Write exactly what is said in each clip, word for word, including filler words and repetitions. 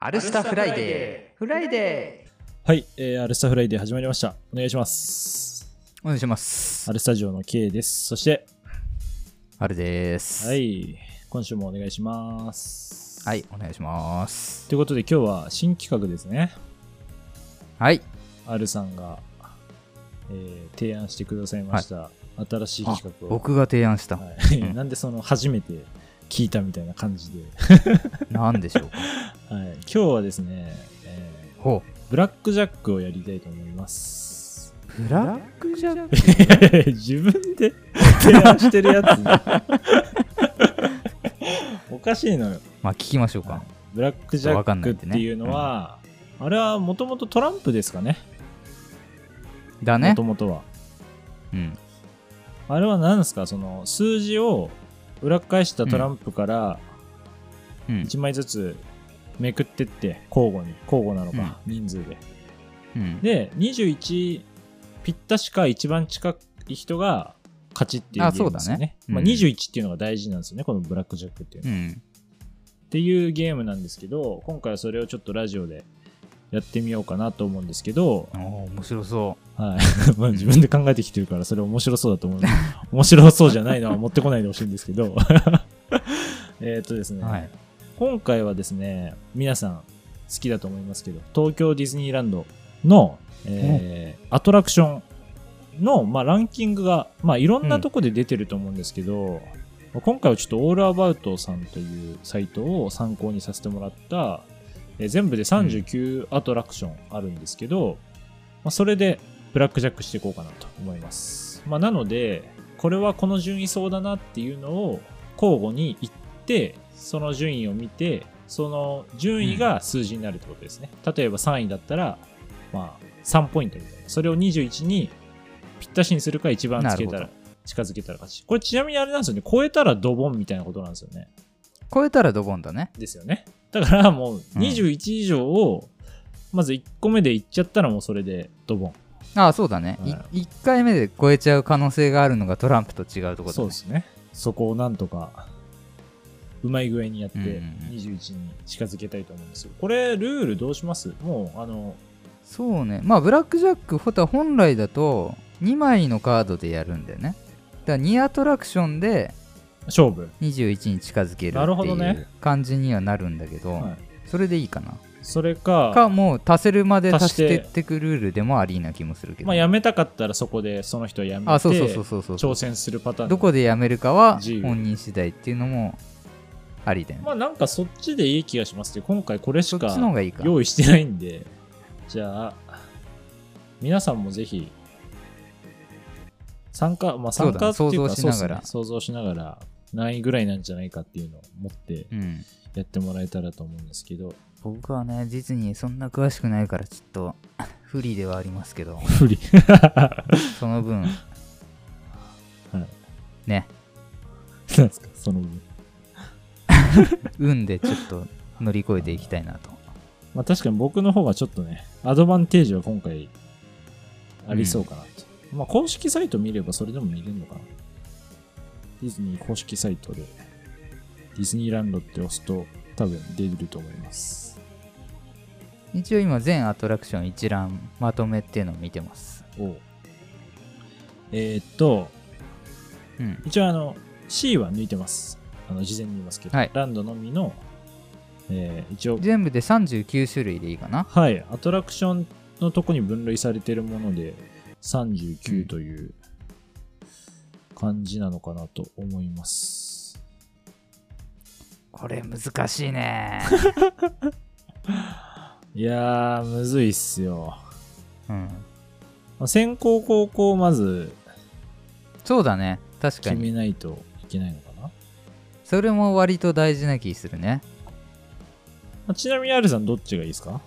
アルスタフライデーフライデーはい、えー、アルスタフライデー始まりました。お願いします。 お願いします。 アルスタジオの K です。そしてアルです。 はい、今週もお願いします。 はい、お願いします。 ということで今日は新企画ですね。 はい、 アルさんが、えー、提案してくださいました、はい、新しい企画を僕が提案した、 はいうん、なんでその初めて聞いたみたいな感じでなんでしょうか、 はい、今日はですね、えー、 ほうブラックジャックをやりたいと思います。 ブラックジャック自分で提案してるやつおかしいのよ。 まあ聞きましょうか。 ブラックジャックっていうのは、ねうん、あれはもともとトランプですかね。 だね。 もともとは、うん、あれは何ですか、その数字を裏返したトランプからいちまいずつめくってって交互に交互なのか、うん、人数で、うん、でにじゅういちぴったしか一番近い人が勝ちっていうゲームですよね。あ、そうだね、うんまあ、にじゅういちっていうのが大事なんですよね、このブラックジャックっていうのは、うん、っていうゲームなんですけど、今回はそれをちょっとラジオでやってみようかなと思うんですけど、 お面白そう、 はいまあ自分で考えてきてるからそれ面白そうだと思う面白そうじゃないのは持ってこないでほしいんですけどえっとですね、はい、今回はですね、皆さん好きだと思いますけど、東京ディズニーランドの、えー、アトラクションの、まあ、ランキングが、まあ、いろんなとこで出てると思うんですけど、うん、今回はちょっとオールアバウトさんというサイトを参考にさせてもらった、えー、全部でさんじゅうきゅうアトラクションあるんですけど、まあ、それでブラックジャックしていこうかなと思います。まあ、なのでこれはこの順位そうだなっていうのを交互に言って、その順位を見て、その順位が数字になるってことですね、うん、例えばさんいだったら、まあ、さんポイントみたいな、それをにじゅういちにぴったしにするか一番つけたら近づけたら勝ち。これちなみにあれなんですよね、超えたらドボンみたいなことなんですよね。 超えたらドボンだね。ですよね。 だからもうにじゅういち以上をまずいっこめでいっちゃったらもうそれでドボン。 ああそうだね、はい、いっかいめで超えちゃう可能性があるのがトランプと違うところだね。 そうですね。そこをなんとかうまい具合にやってにじゅういちに近づけたいと思うんですけど、これルールどうします？もうあのそうね、まあブラックジャック本来だとにまいのカードでやるんだよね。だからにアトラクションで勝負にじゅういちに近づけるっていう感じにはなるんだけど、はい、それでいいかな。それかかもう足せるまで足してってくルールでもありな気もするけど、 まあ、やめたかったらそこでその人はやめて挑戦するパターン。 どこでやめるかは本人次第っていうのもありだよね。 まあなんかそっちでいい気がしますけど、今回これしか用意してないんで、じゃあ皆さんもぜひ参加、まあ参加っていうか想像しながら、 ね、想像しながら何位ぐらいなんじゃないかっていうのを持ってやってもらえたらと思うんですけど、うん、 僕はねディズニーそんな詳しくないからちょっと不利ではありますけど不利その分、はい、ねなんですかその分運でちょっと乗り越えていきたいなと。 まあ確かに僕の方がちょっとねアドバンテージは今回ありそうかなと、うん、まあ公式サイト見ればそれでも見れるのかな。ディズニー公式サイトでディズニーランドって押すと多分出ると思います。 一応今全アトラクション一覧まとめっていうのを見てます。 おえー、っと、うん、一応あの C は抜いてます。あの事前に言いますけど、はい、ランドのみの、えー、一応全部でさんじゅうきゅうしゅるいでいいかな。 はい、アトラクションのとこに分類されているものでさんじゅうきゅうという感じなのかなと思います。 これ難しいねいやーむずいっすよ、うんまあ、先行後攻まずそうだね確かに決めないといけないのかな。 それも割と大事な気するね。 ちなみに R さんどっちがいいですか？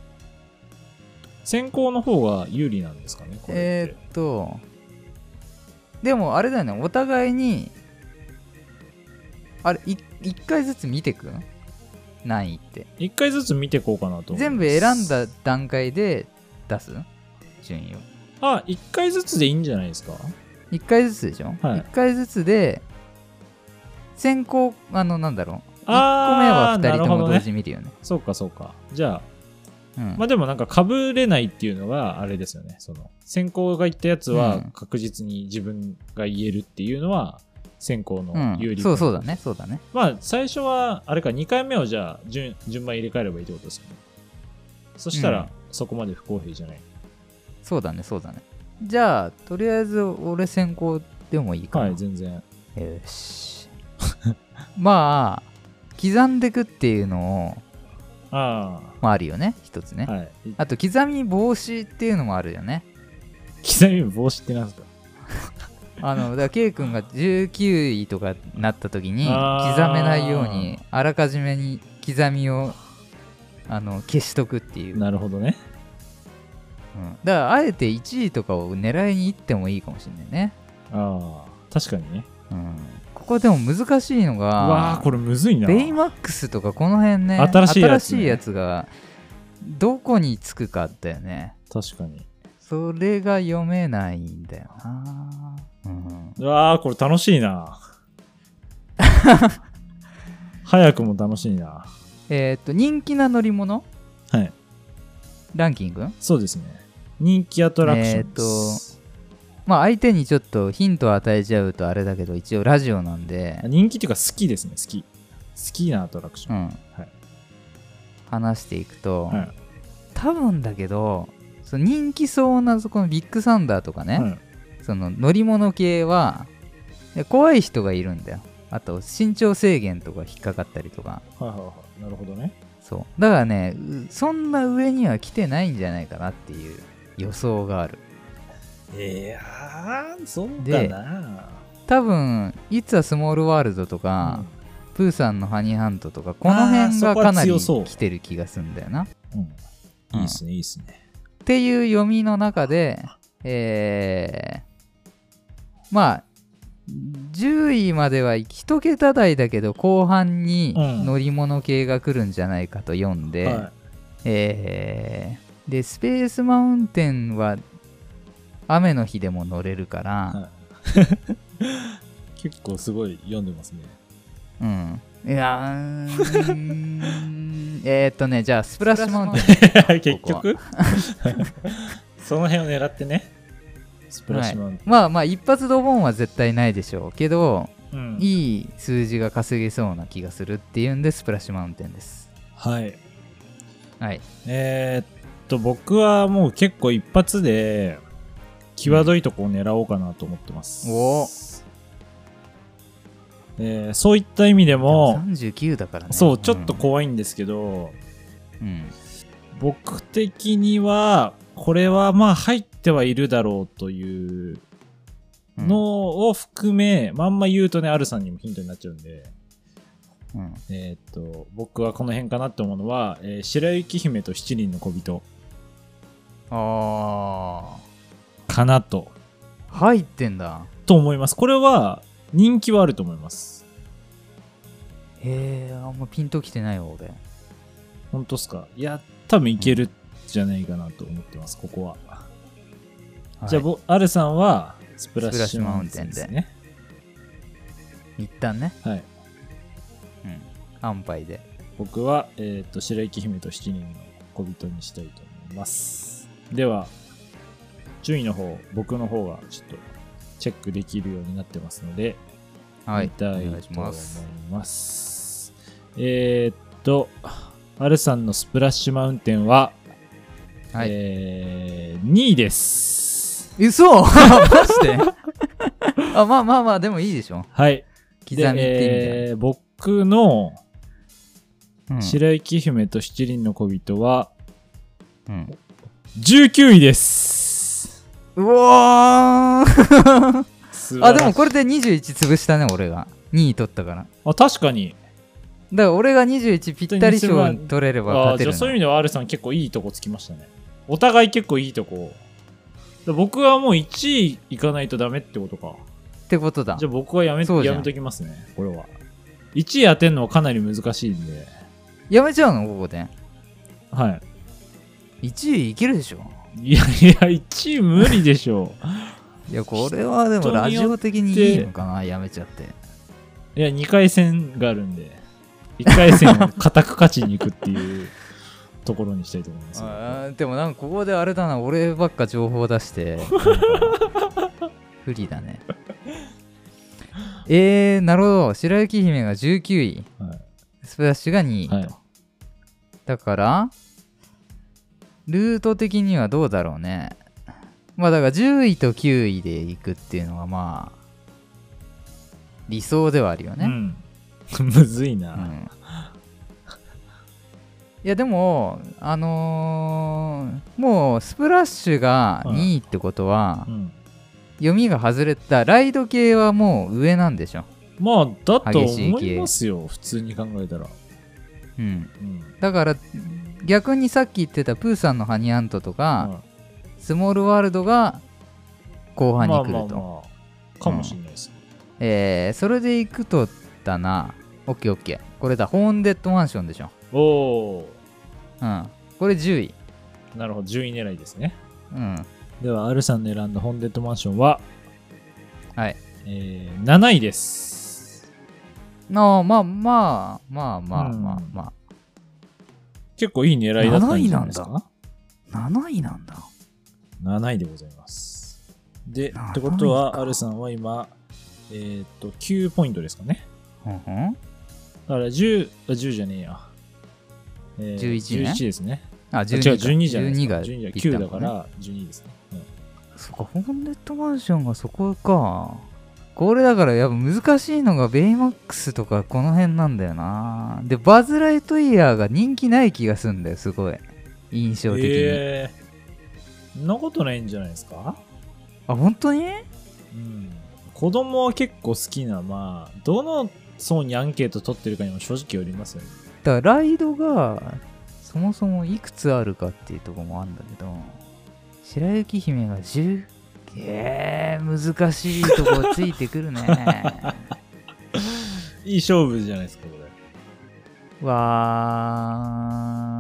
先行の方が有利なんですかねこれって。 えー、っとでもあれだよね、お互いにあれ い, いっかいずつ見てくん何位っていっかいずつ見てこうかなと思います。 全部選んだ段階で出す順位を。 あ、いっかいずつでいいんじゃないですか。 いっかいずつでしょ、はい、いっかいずつで先行あのなんだろう個目はふたりとも同時見るよね。 そうかそうか。じゃあ、 うん、 まあでもなんか被れないっていうのがあれですよね。その先行が言ったやつは確実に自分が言えるっていうのは先行の有利、 うん、そうそうだねそうだね。 まあ最初はあれかにかいめをじゃあ 順, 順番入れ替えればいいってことですよね。そしたらそこまで不公平じゃない、うん、 そうだねそうだね。じゃあとりあえず俺先行でもいいかな。 はい全然。 よしまあ刻んでくっていうのをああ、 まあ、あるよね一つね、 はい、 あと刻み防止っていうのもあるよね。 刻み防止ってなんですか？ あのだから K 君がじゅうきゅういとかなった時に刻めないようにあらかじめに刻みをあの消しとくっていう。 なるほどね、 うん、だからあえていちいとかを狙いに行ってもいいかもしれないね。 ああ確かにね、 うん、ここでも難しいのが、 わーこれむずいな。 ベイマックスとかこの辺ね、 新しいやつね、 新しいやつがどこにつくかだよね。 確かにそれが読めないんだよな、うん、 うわーこれ楽しいな早くも楽しいな。 えっと人気な乗り物、 はい、 ランキング、 そうですね、人気アトラクションです。 えーとまあ相手にちょっとヒントを与えちゃうとあれだけど一応ラジオなんで人気っていうか好きですね。好き好きなアトラクション、 うんはい、 話していくと、 はい、 多分だけどその人気そうなそこのビッグサンダーとかね、はい、その乗り物系は怖い人がいるんだよ。あと身長制限とか引っかかったりとか、 はいはいはい、なるほどね。 そうだからねそんな上には来てないんじゃないかなっていう予想がある。 いやーそうだな。 多分「It's a Small World」とか、うん、プーさんのハニーハントとかこの辺がかなり来てる気がするんだよな。 うん、いいっすねいいっすね。 っていう読みの中でえー、まあじゅういまでは一桁台だけど後半に乗り物系が来るんじゃないかと読んで、うんはい、えー、でスペースマウンテンは雨の日でも乗れるから、はい、 結構すごい読んでますね。 うんいやーえーっとねじゃあスプラッシュマウンテン結局その辺を狙ってねスプラッシュマウンテン、はい、 まあまあ一発ドボンは絶対ないでしょうけど、うん、いい数字が稼げそうな気がするっていうんでスプラッシュマウンテンです。はいはいえー、っと僕はもう結構一発で際どいとこを狙おうかなと思ってます、うん、おえー、そういった意味でもさんじゅうきゅうだからね。 そうちょっと怖いんですけど、うん、僕的にはこれはまあ入ってはいるだろうというのを含め、うん、まんま言うとねアルさんにもヒントになっちゃうんで、うん、えー、っと僕はこの辺かなって思うのは、えー、白雪姫と七人の小人あかなと入ってんだと思います。これは人気はあると思います。 へえあんまピンときてないわ俺。 本当っすか？いや多分いけるじゃないかなと思ってます、ここは、はい、じゃあアルさんはスプラッシュマウンテンですね。 一旦ねはいうん安牌で僕は、えー、と白雪姫と七人の小人にしたいと思います。では順位の方僕の方がちょっとチェックできるようになってますので、はい、見たいと思います。えー、っとアルさんのスプラッシュマウンテンは、はいえー、にいです。 嘘マジであまあまあまあでもいいでしょ。 はい刻みって意味で、えー、僕の白雪姫と七輪の小人は、うん、じゅうきゅういです。 うわーあでもこれでにじゅういち潰したね俺がにい取ったから。 あ確かにだから俺がにじゅういちぴったり賞取れれば勝てる。 あじゃあそういう意味では R さん結構いいとこつきましたね。お互い結構いいとこ。僕はもういちいいかないとダメってことか。 ってことだ。 じゃあ僕はやめやめときますねこれは。いちい当てんのはかなり難しいんで。 やめちゃうのここで。 はい。 いちいいけるでしょ。 いやいやいちい無理でしょいやこれはでもラジオ的にいいのかなやめちゃって。 いやにかい戦があるんで。 いっかい戦を固く勝ちに行くっていうところにしたいと思います。 あでもなんかここであれだな、俺ばっか情報出して不利だね。えー、なるほど。白雪姫がじゅうきゅうい、はい、スプラッシュがにいと、はい、だからルート的にはどうだろうね。まあだからじゅういときゅういでいくっていうのがまあ理想ではあるよね、 うん、むずいな、うん、 いやでもあのー、もうスプラッシュがにいってことは、うんうん、読みが外れた。ライド系はもう上なんでしょ。 まあだと思いますよ、普通に考えたら。 うん、うん、だから逆にさっき言ってたプーさんのハニーアントとか、うん、スモールワールドが後半に来ると、まあまあまあ、かもしれないです、うん、 えー、それでいくとだな。オッケーオッケー。これだ、ホーンデッドマンションでしょ。 おお、 うん、これじゅうい。 なるほど、じゅうい狙いですね。 うん。 では R さんの選んだホーンデッドマンションははい、 えー、なないです。 ああ、まあまあまあまあまあまあ、 結構いい狙いだったんじゃないですか。 なないなんだ。 なないでございます。で、ってことは R さんは今えー、っときゅうポイントですかね。 うんうん。 だからじゅう、じゅうじゃねえや、えー、 じゅういちね。 じゅういちですね。 あ、じゅうに違う、じゅうにじゃないですか。 じゅうにがきゅうだからじゅうにですね。うん、 そっか、ホーンデッドマンションがそこか。これだからやっぱ難しいのがベイマックスとかこの辺なんだよな。で、バズ・ライトイヤーが人気ない気がするんだよ、すごい。印象的に。 えー、そんなことないんじゃないですか。 あ、本当に？ うん。子供は結構好きな、まあ、どの層にアンケート取ってるかにも正直よりますよね。 だからライドがそもそもいくつあるかっていうところもあるんだけど、白雪姫がじゅう、えー、難しいとこついてくるね。 いい勝負じゃないですか、これ。 わ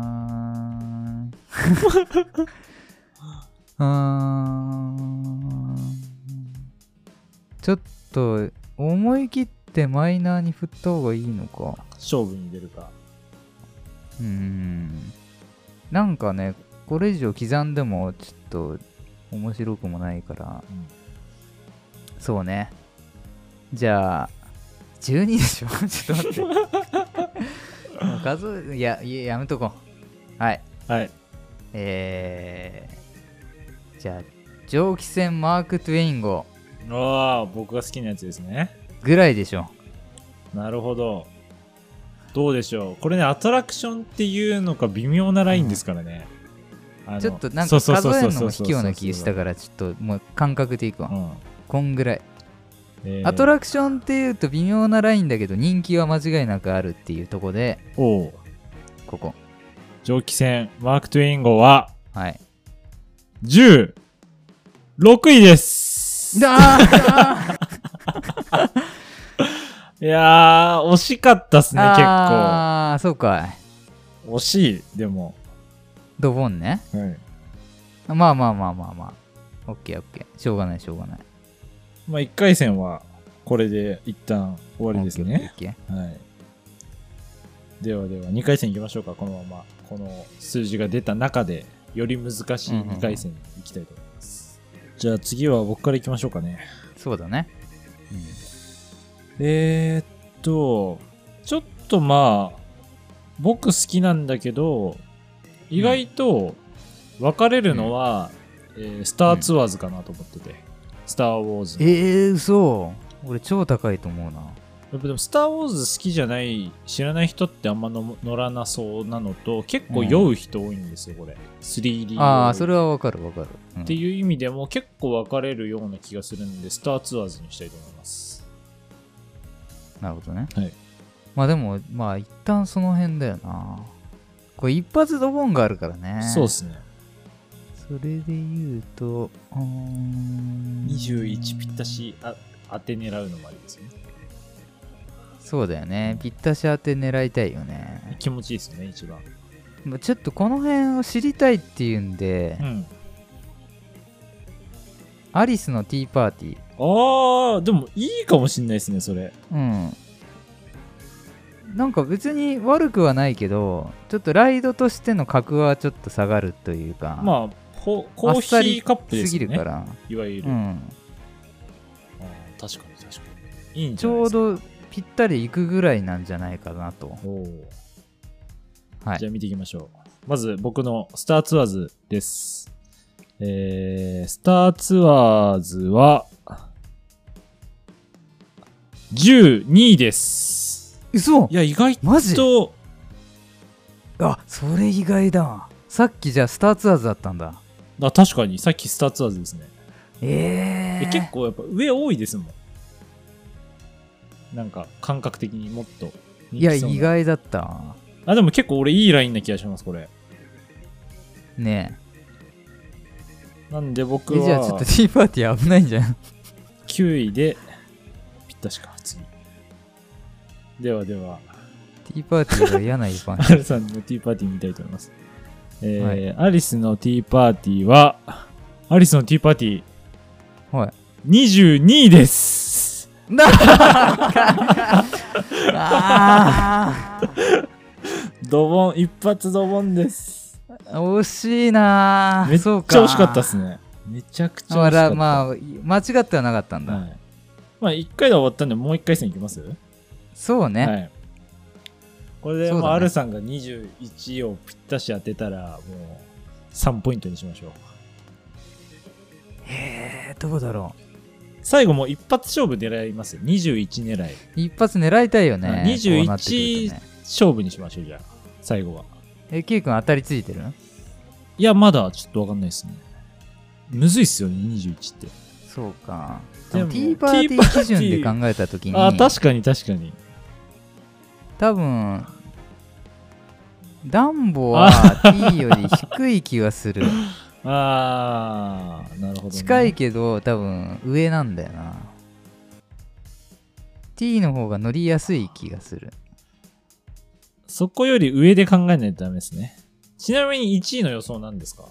ーうーんちょっと思い切ってマイナーに振った方がいいのか。 勝負に出るか。 うーんなんかね、これ以上刻んでもちょっと面白くもないから、うん、そうね。じゃあじゅうにでしょ。ちょっと待ってもう数いやいややめとこう。はいはい。 えー、じゃあ蒸気船マークトゥエイン号。 ああ、僕が好きなやつですね。 ぐらいでしょ。 なるほど。どうでしょう。これね、アトラクションっていうのか微妙なラインですからね。 うん、ちょっとなんか数えるのも卑怯な気したから、ちょっともう感覚でいくわ、うん、こんぐらい、えー、アトラクションっていうと微妙なラインだけど人気は間違いなくあるっていうとこで、 おここ蒸気船マークトゥエイン号ははいじゅうろくいです。 だいやー惜しかったっすね。結構。 ああそうかい惜しい。でもドボンね、 はい、 まあまあまあまあまあオッケーオッケーしょうがないしょうがない。 まあいっかい戦はこれで一旦終わりですね。はい、ではではにかい戦いきましょうか。このままこの数字が出た中でより難しいにかい戦に行きたいと思います、うんうんうん、じゃあ次は僕からいきましょうかね。 そうだね、うん、 えー、っとちょっとまあ僕好きなんだけど意外と分かれるのは、うんえー、スターツアーズかなと思ってて、うん、スターウォーズ。 えー、嘘。俺超高いと思うな。 やっぱでもスターウォーズ好きじゃない知らない人ってあんまの乗らなそうなのと結構酔う人多いんですよ、うん、これ スリーディーああそれは分かる分かる、 うん、っていう意味でも結構分かれるような気がするんでスターツアーズにしたいと思います。 なるほどね。 はい。 まあでもまあ一旦その辺だよな。これ一発ドボンがあるからね。 そうっすね。 それで言うとうーんにじゅういちぴったしあ当て狙うのもありですね。 そうだよね、ぴったし当て狙いたいよね。 気持ちいいですよね一番。 ちょっとこの辺を知りたいっていうんで、うん、アリスのティーパーティー。 あーでもいいかもしんないですねそれ。 うんなんか別に悪くはないけど、ちょっとライドとしての格はちょっと下がるというか、 まあコーヒーカップですよね、 すぎるから、 いわゆる、 うん、 あ確かに確かにいいんじちゃないですか。 ょうどぴったりいくぐらいなんじゃないかなと。 お、 はい、 じゃあ見ていきましょう。まず僕のスターツアーズです。えー、スターツアーズはじゅうにいです。 嘘。 いや意外とマジ？あ、それ意外だ。さっきじゃあスターツアーズだったんだ。 あ、確かにさっきスターツアーズですね。 えー、 え結構やっぱ上多いですもん。なんか感覚的にもっといや意外だった。 あでも結構俺いいラインな気がしますこれねえ。なんで僕はえじゃあちょっとティーパーティー危ないんじゃん。 きゅういでぴったしか次。ではではティーパーティーが嫌な一般アルさんのティーパーティー見たいと思います。えーはい、アリスのティーパーティーはアリスのティーパーティー、 はい、 にじゅうにいです。 あドボン、一発ドボンです。 惜しいな。 めっちゃ惜しかったっすね。めちゃくちゃ惜しかった。 まあ間違ってはなかったんだ。はい、 まあいっかいで終わったんでもういっかい戦いきます？ そうね。はい、 これでもうアルさんがにじゅういちをぴったし当てたらもうさんポイントにしましょう。 へえ、どうだろう。 最後もう一発勝負狙いますよ。にじゅういち狙い。 一発狙いたいよね。 にじゅういち勝負にしましょうじゃあ最後は。 え、ケイ君当たりついてる？ いやまだちょっと分かんないですね。むずいっすよねにじゅういちって。 そうか。でもティーパーティー基準で考えたときに、 あ、確かに確かに。 多分ダンボは T より低い気がする。 あー、なるほど、ね、 近いけど多分上なんだよな。 T の方が乗りやすい気がする。 そこより上で考えないとダメですね。ちなみにいちいの予想なんですか？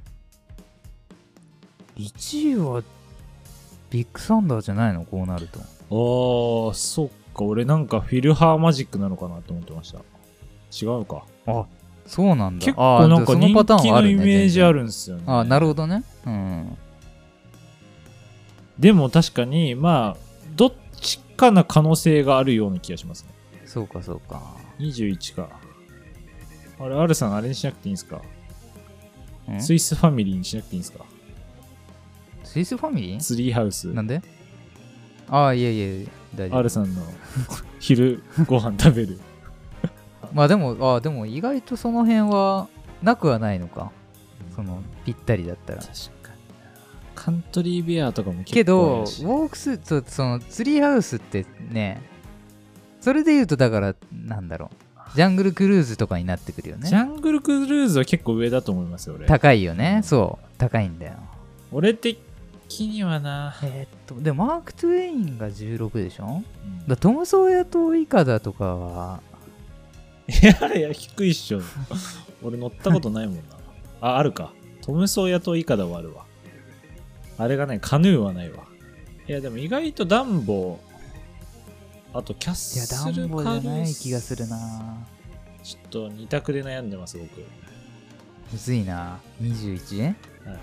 いちいはビッグサンダーじゃないの？こうなると。 あー、そっか。俺なんかフィルハーマジックなのかなと思ってました。違うか。 あ、そうなんだ。 結構なんか人気のイメージあるんですよね。 あ、なるほどね。うん。 でも確かにまあどっちかな可能性があるような気がしますね。 そうかそうか。 にじゅういちか。あれ、R さんあれにしなくていいんですか？スイスファミリーにしなくていいんですか？ スイスファミリー？ ツリーハウス。 なんで？ああ、いえいえ、大丈夫。 R さんの昼ご飯食べる。 まあでも、ああ、でも意外とその辺はなくはないのか。そのぴったりだったら。 確かに。カントリーベアとかも結構。 けど、ウォークス、そ, そのツリーハウスってね、それで言うとだからなんだろう。ジャングルクルーズとかになってくるよね。 ジャングルクルーズは結構上だと思いますよ、俺。 高いよね。そう。高いんだよ。 俺的にはな。 えー、っと、でもマーク・トゥエインがじゅうろくでしょ、うん、だトム・ソーヤとイカダとかは。 いやいや、低いっしょ。俺乗ったことないもんな。あ、あるか。トム・ソーヤとイカダはあるわ。あれがね、カヌーはないわ。いや、でも意外とダンボ、あとキャッスルカルス。いや、ダンボじゃない気がするな。 ちょっとに択で悩んでます、僕。 むずいな。にじゅういち？ はい。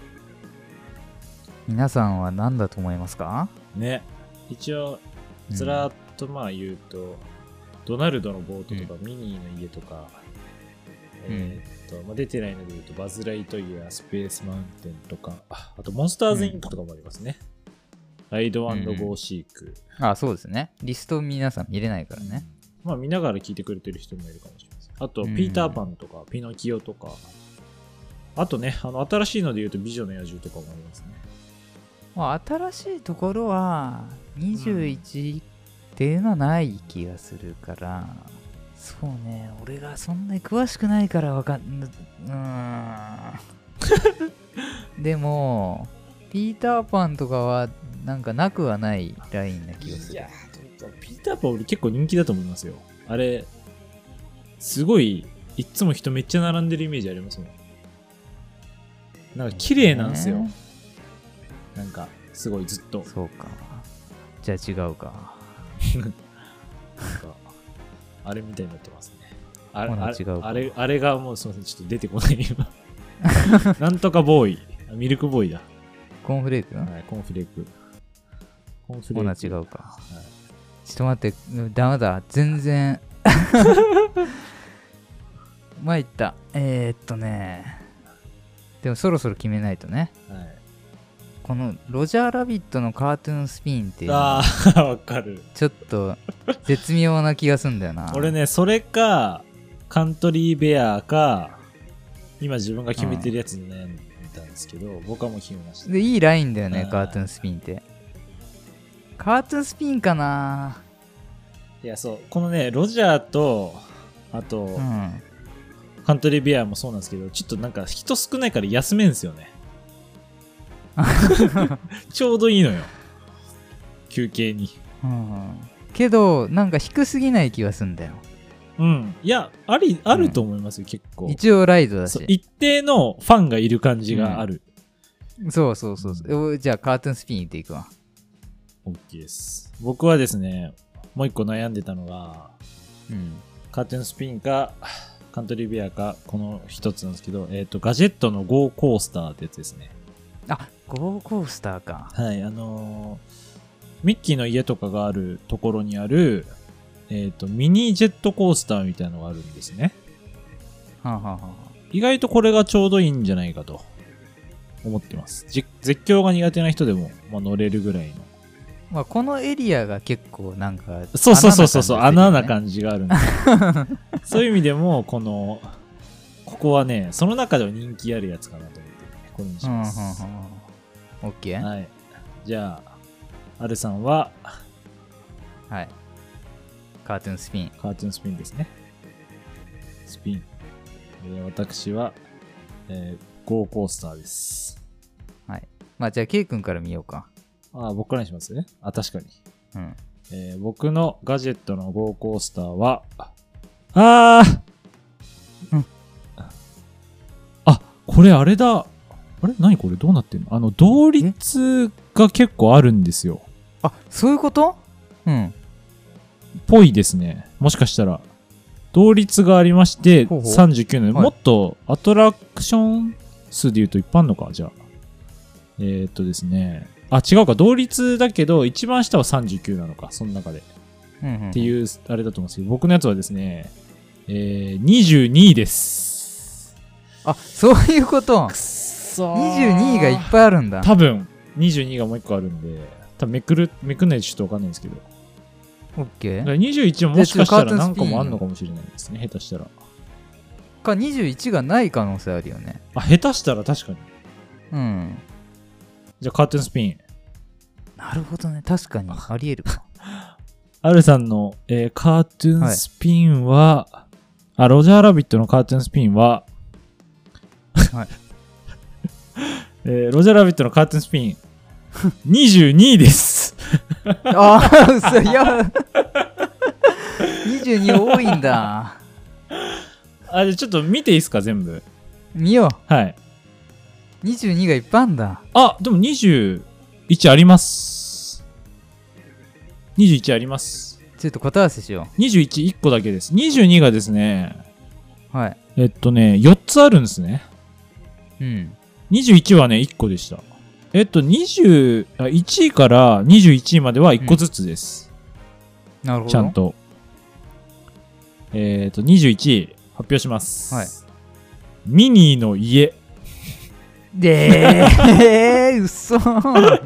皆さんは何だと思いますか？ ね。一応、ずらっとまあ言うと、うん、ドナルドのボートとか、うん、ミニーの家とか、うん、えー、っと、まあ、出てないので言うと、バズ・ライトイヤー、スペース・マウンテンとか、あ, あと、モンスターズ・インクとかもありますね。うん、ライド・ゴー・シーク、 うん。あ、そうですね。リスト皆さん見れないからね。 うん、まあ、見ながら聞いてくれてる人もいるかもしれないです。あと、ピーター・パンとか、ピノキオとか、あとね、あの、新しいので言うと、美女の野獣とかもありますね。 まあ、新しいところは、にじゅういちっていうのはない気がするから、うん、そうね、俺がそんなに詳しくないからわかん、うーん。でも、ピーターパンとかは、なんかなくはないラインな気がする。いや、 ピーターパン俺結構人気だと思いますよ。あれ、すごい、いっつも人めっちゃ並んでるイメージありますもん。なんか綺麗なんですよ。なんか、すごいずっと。 そうか。じゃあ違うか。 なんか、 あれみたいになってますね。あれ、 ほなあれ、 違うかあれ、あれがもうすみません、ちょっと出てこない今。なんとかボーイ。ミルクボーイだ。 コーンフレーク、 はい、コーンフレーク。コーンフレほなーク。 違うか。 はい、 ちょっと待って、ダメだ。全然。参った。えー、っとね。でもそろそろ決めないとね。 はい、 このロジャーラビットのカートゥーンスピンっていうのあはあ、わかる。 ちょっと絶妙な気がすんだよな。 俺ね、それか、カントリーベアか、今自分が決めてるやつで悩んでたんですけど、うん、僕はもう決めました。 で、いいラインだよね、カートゥーンスピンって。カートゥーンスピンかないや、そう、このね、ロジャーと、あと、 うん、 カントリーベアもそうなんですけど、ちょっとなんか人少ないから休めんすよね。ちょうどいいのよ。休憩に。 うん、けど、なんか低すぎない気がすんだよ。 うん。いや、あり、あると思いますよ、うん、結構。 一応ライドだし。 一定のファンがいる感じがある。 うん、そうそうそうそう。じゃあ、カートゥーンスピンいっていくわ。 OK です。僕はですね、もう一個悩んでたのが、うん、カートゥーンスピンか、カントリーベアか、この一つなんですけど、えっと、ガジェットの Go コースターってやつですね。 あ、Go コースターか。 はい、あのー、ミッキーの家とかがあるところにある、えっと、ミニジェットコースターみたいなのがあるんですね。 はあ、はあはあ、 意外とこれがちょうどいいんじゃないかと思ってます。絶叫が苦手な人でも、まあ、乗れるぐらいの。 まあ、このエリアが結構なんか、 そうそうそうそうそう、穴な感じがあるんで。そういう意味でも、この、ここはね、その中では人気あるやつかなと思って、ね、これにします。 オッケー。 はい。じゃあ、アルさんは、 はい。カートゥーンスピン。 カートゥーンスピンですね。スピン。えー、私は、えー、ゴーコースターです。 はい。まあ、じゃあ、ケイ君から見ようか。 ああ、僕からにしますね。あ、確かに。 うん。 えー、僕のガジェットのゴーコースターは、あー、うん、あ、これあれだ。あれ何これどうなってんの？あの、同率が結構あるんですよ。 あ、そういうこと？うん。 ぽいですね。もしかしたら。同率がありまして、ほうほうさんじゅうきゅうの、はい、もっとアトラクション数で言うといっぱいあるのかじゃあ。えー、っとですね。あ、違うか。同率だけど、一番下はさんじゅうきゅうなのか。その中で。うんうんうん、っていう、あれだと思うんですけど、僕のやつはですね、えー、にじゅうにいです。 あ、そういうこと。くっそー。にじゅうにいがいっぱいあるんだ。 多分、にじゅうにがもういっこあるんで、多分めくる、めくんないとちょっとわかんないんですけど。 オッケー。にじゅういちももしかしたら何個もあんのかもしれないですね。下手したら。 か、にじゅういちがない可能性あるよね。 あ、下手したら確かに。 うん。 じゃあカートゥーンスピン。 なるほどね。確かに。あり得るか。 アルさんの、えー、カートゥーンスピンは、はい、あ、ロジャーラビットのカートゥーンスピンは、はいえー、ロジャーラビットのカートゥーンスピン、にじゅうにいです。 ああ、嘘、いや、にじゅうに多いんだ。 あ、じゃあちょっと見ていいですか、全部。 見よう。はい。 にじゅうにがいっぱいあんだ。 あ、でもにじゅういちあります。にじゅういちあります。 ちょっと答え合わせしよう。にじゅういち、いっこだけです。にじゅうにがですね、 はい。 えっとね、よっつあるんですね。 うん。 にじゅういちはね、いっこでした。えっと、にじゅう、あ、いちいからにじゅういちいまではいっこずつです。 うん、なるほど。 ちゃんと。えっと、にじゅういちい発表します。 はい。 ミニーの家。 でー、うそー。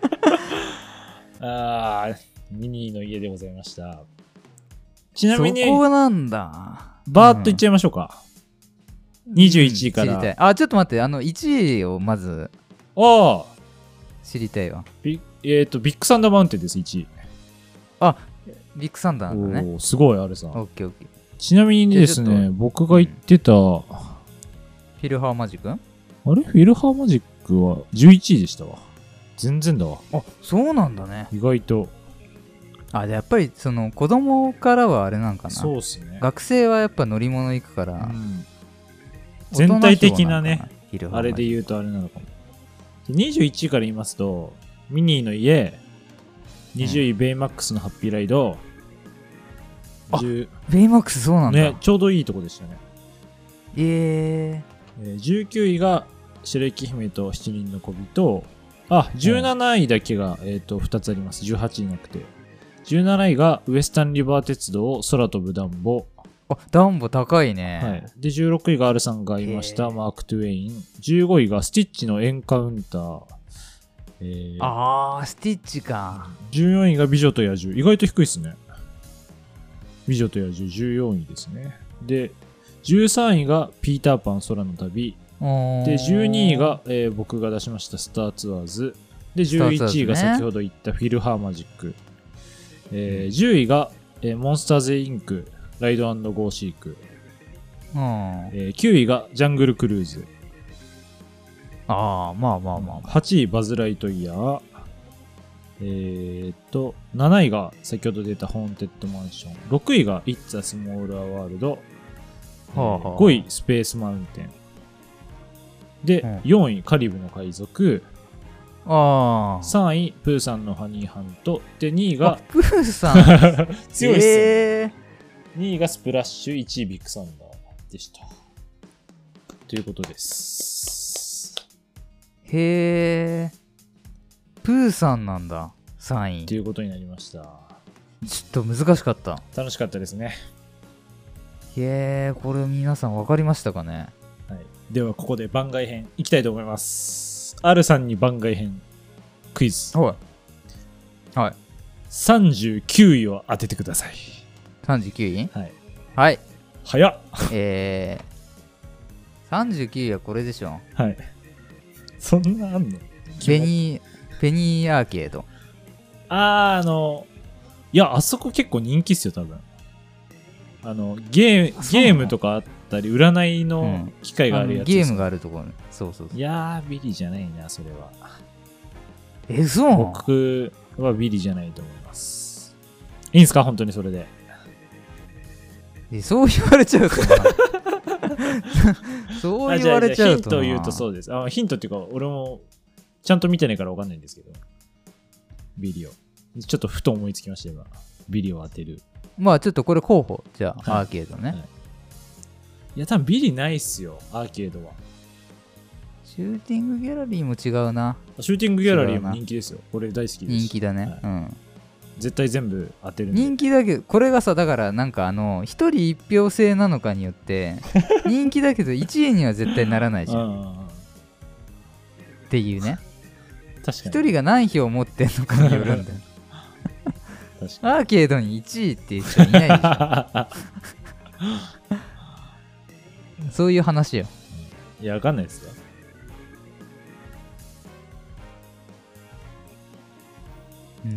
あー、ミニーの家でございました。ちなみに、 そこなんだ。 バーっといっちゃいましょうか。うん、にじゅういちいから、 知りたい。あ、ちょっと待って、あの、いちいをまず、 ああ、 知りたいわ。 ビえっ、ー、と、ビッグサンダーマウンテンです、いちい。 あ、ビッグサンダーなんだね。 おー、すごい、あれさん。 オッケーオッケー。 ちなみにですね、僕が言ってた、うん、フィルハーマジック？ あれフィルハーマジックはじゅういちいでしたわ。全然だわ。 あ、そうなんだね。 意外と。 あ、やっぱりその子供からはあれなんかな。 そうっすね。 学生はやっぱ乗り物行くから。うん、 全体的なね、あれで言うとあれなのかも。にじゅういちいから言いますと、ミニーの家、にじゅういベイマックスのハッピーライド、 あ、ベイマックスそうなんだ。 ね、ちょうどいいとこでしたね。 えー、えー、じゅうきゅういが白雪姫と七人の小人。あ、じゅうなないだけが、うん、えっと、ふたつあります。じゅうはちいなくて。じゅうなないがウエスタンリバー鉄道空飛ぶダンボ。 あ、ダンボ高いね。 はい。で、じゅうろくいが R さんがいました、マーク・トゥエイン。じゅうごいがスティッチのエンカウンター。えー、 あー、スティッチか。 じゅうよんいが美女と野獣。意外と低いですね。美女と野獣じゅうよんいですね。で、じゅうさんいがピーターパン空の旅。で、じゅうにいが、えー、僕が出しましたスターツアーズ。で、じゅういちいが先ほど言ったフィルハーマジック。えー、じゅういが、えー、モンスターズインク、ライド&ゴーシーク。 うん、 えー、きゅういがジャングルクルーズ。 ああ、まあまあまあ。 はちいバズライトイヤー。えー、っと、なないが先ほど出たホーンテッドマンション。ろくいが It's a Smaller World。はあはあ、ごいスペースマウンテン。で、うん、よんいカリブの海賊。 あさんいプーさんのハニーハント。で、にいがプーさん強いっすね、えー、にいがスプラッシュ、いちいビッグサンダーでした。ということです。 へえ、プーさんなんだ、さんいということになりました。 ちょっと難しかった。 楽しかったですね。 へえ、これ皆さん分かりましたかね。 はい、ではここで番外編いきたいと思います。R さんに番外編クイズ。 はい。はい。 さんじゅうきゅういを当ててください。 さんじゅうきゅうい？ はい。 はい。 早っ。 えー、さんじゅうきゅういはこれでしょ。 はい。そんなあんの？ ペニー、ペニーアーケード。 あー、あの、いや、あそこ結構人気っすよ、多分。あの、ゲー、ゲームとかあったり、占いの機会があるやつ、 うん、ゲームがあるところ、ね、そうそうそう。 いやー、ビリじゃないな、それは。 え、そう？ 僕はビリじゃないと思います。いいんすか、本当にそれで。 え、そう言われちゃうとな。そう言われちゃうとな。 ヒントを言うとそうです。あ、ヒントっていうか、俺もちゃんと見てないから分かんないんですけど。ビリを。ちょっとふと思いつきました、今。ビリを当てる。 まあちょっとこれ候補。じゃあ、はい、アーケードね、はい。 いや、多分ビリないっすよ、アーケードは。 シューティングギャラリーも違うな。 シューティングギャラリーも人気ですよ。これ大好きです。 人気だね。はい、うん。 絶対全部当てるんで。 人気だけど、これがさ、だからなんかあの、一人一票制なのかによって、人気だけどいちいには絶対ならないじゃん。っていうね。 確かに。 一人が何票持ってんのかによるんだよ。確かに。アーケードにいちいっていう人いないでしょ。そういう話よ。 いや、わかんないですよ。 うん、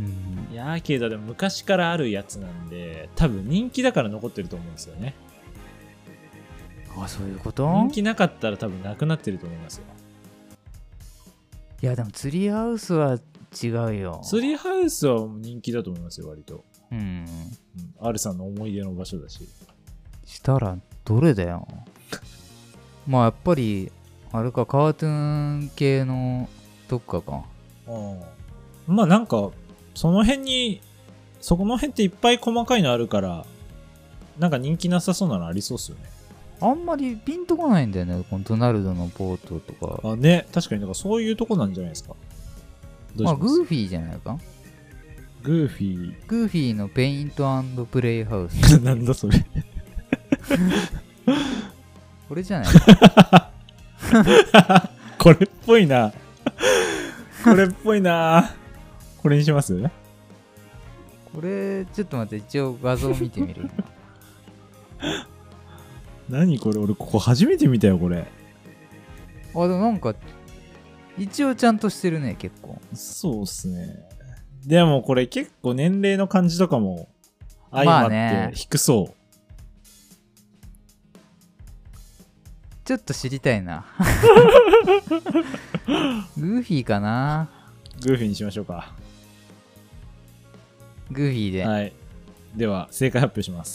いや、アーケードでも昔からあるやつなんで、多分人気だから残ってると思うんですよね。 あ、そういうこと？ 人気なかったら多分なくなってると思いますよ。 いや、でもツリーハウスは違うよ。 ツリーハウスは人気だと思いますよ、割と。 うん。うん、 R さんの思い出の場所だし。 したらどれだよ。まあやっぱりあれか、カートゥーン系のどっかか。 うん。まあなんかその辺にそこの辺っていっぱい細かいのあるから、なんか人気なさそうなのありそうっすよね。 あんまりピンとこないんだよね、このドナルドのポートとか。 あ、ね、確かになんかそういうとこなんじゃないですか。 どうします？まあグーフィーじゃないか。 グーフィー。 グーフィーのペイント&プレイハウス。 なんだそれ。 これじゃないこれっぽいな。これっぽいな。これにします？ これちょっと待って、一応画像見てみる。 何これ、俺ここ初めて見たよこれ。 あ、でもなんか一応ちゃんとしてるね、結構。 そうっすね。でもこれ結構年齢の感じとかも相まって低そう、まあね、 ちょっと知りたいな。グーフィーかな。 グーフィーにしましょうか。 グーフィーで。 はい。では正解発表します。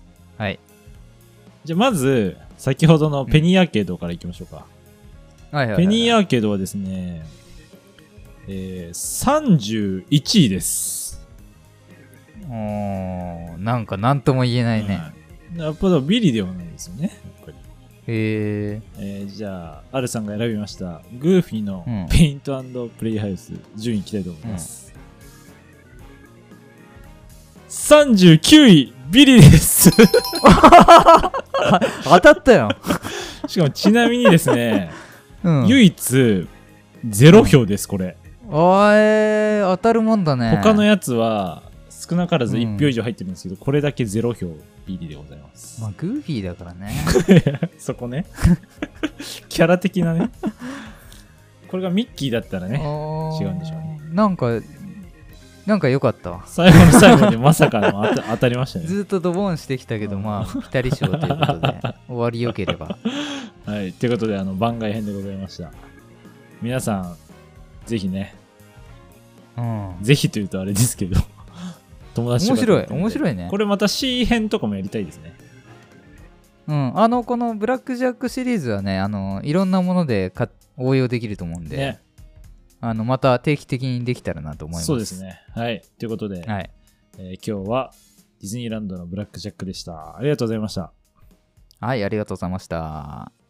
はい。 じゃあまず先ほどのペニーアーケードからいきましょうか。 うん、はいはいはいはい、 ペニーアーケードはですね、えー、さんじゅういちいです。 おなんか何とも言えないね、 うん、やっぱビリではないですよね、やっぱり。 へー、 えー、じゃあ、アルさんが選びました、グーフィーのペイント&プレイハウス、順位いきたいと思います。うん、さんじゅうきゅうい、ビリです当たったよ。 しかもちなみにですね、うん、唯一ゼロ票です、これ。 あえー、当たるもんだね。 他のやつは少なからずいち票以上入ってるんですけど、うん、これだけゼロ票ビリでございます。 まあグーフィーだからね。 そこね。キャラ的なね。これがミッキーだったらね、違うんでしょうね。 なんかなんか良かったわ。 最後の最後でまさかの当 た, 当たりましたね。 ずっとドボンしてきたけど、まあピタリ賞ということで終わりよければ。 はい、ということであの番外編でございました。皆さんぜひね、うん、ぜひというとあれですけど、友達とか面白い面白いね。 これまた C 編とかもやりたいですね。 うん、あのこのブラックジャックシリーズはね、あのいろんなものでか応用できると思うんで。ね、あのまた定期的にできたらなと思います。 そうですね。はい。ということで、 はい、 えー、今日はディズニーランドのブラックジャックでした。ありがとうございました。 はい、ありがとうございました。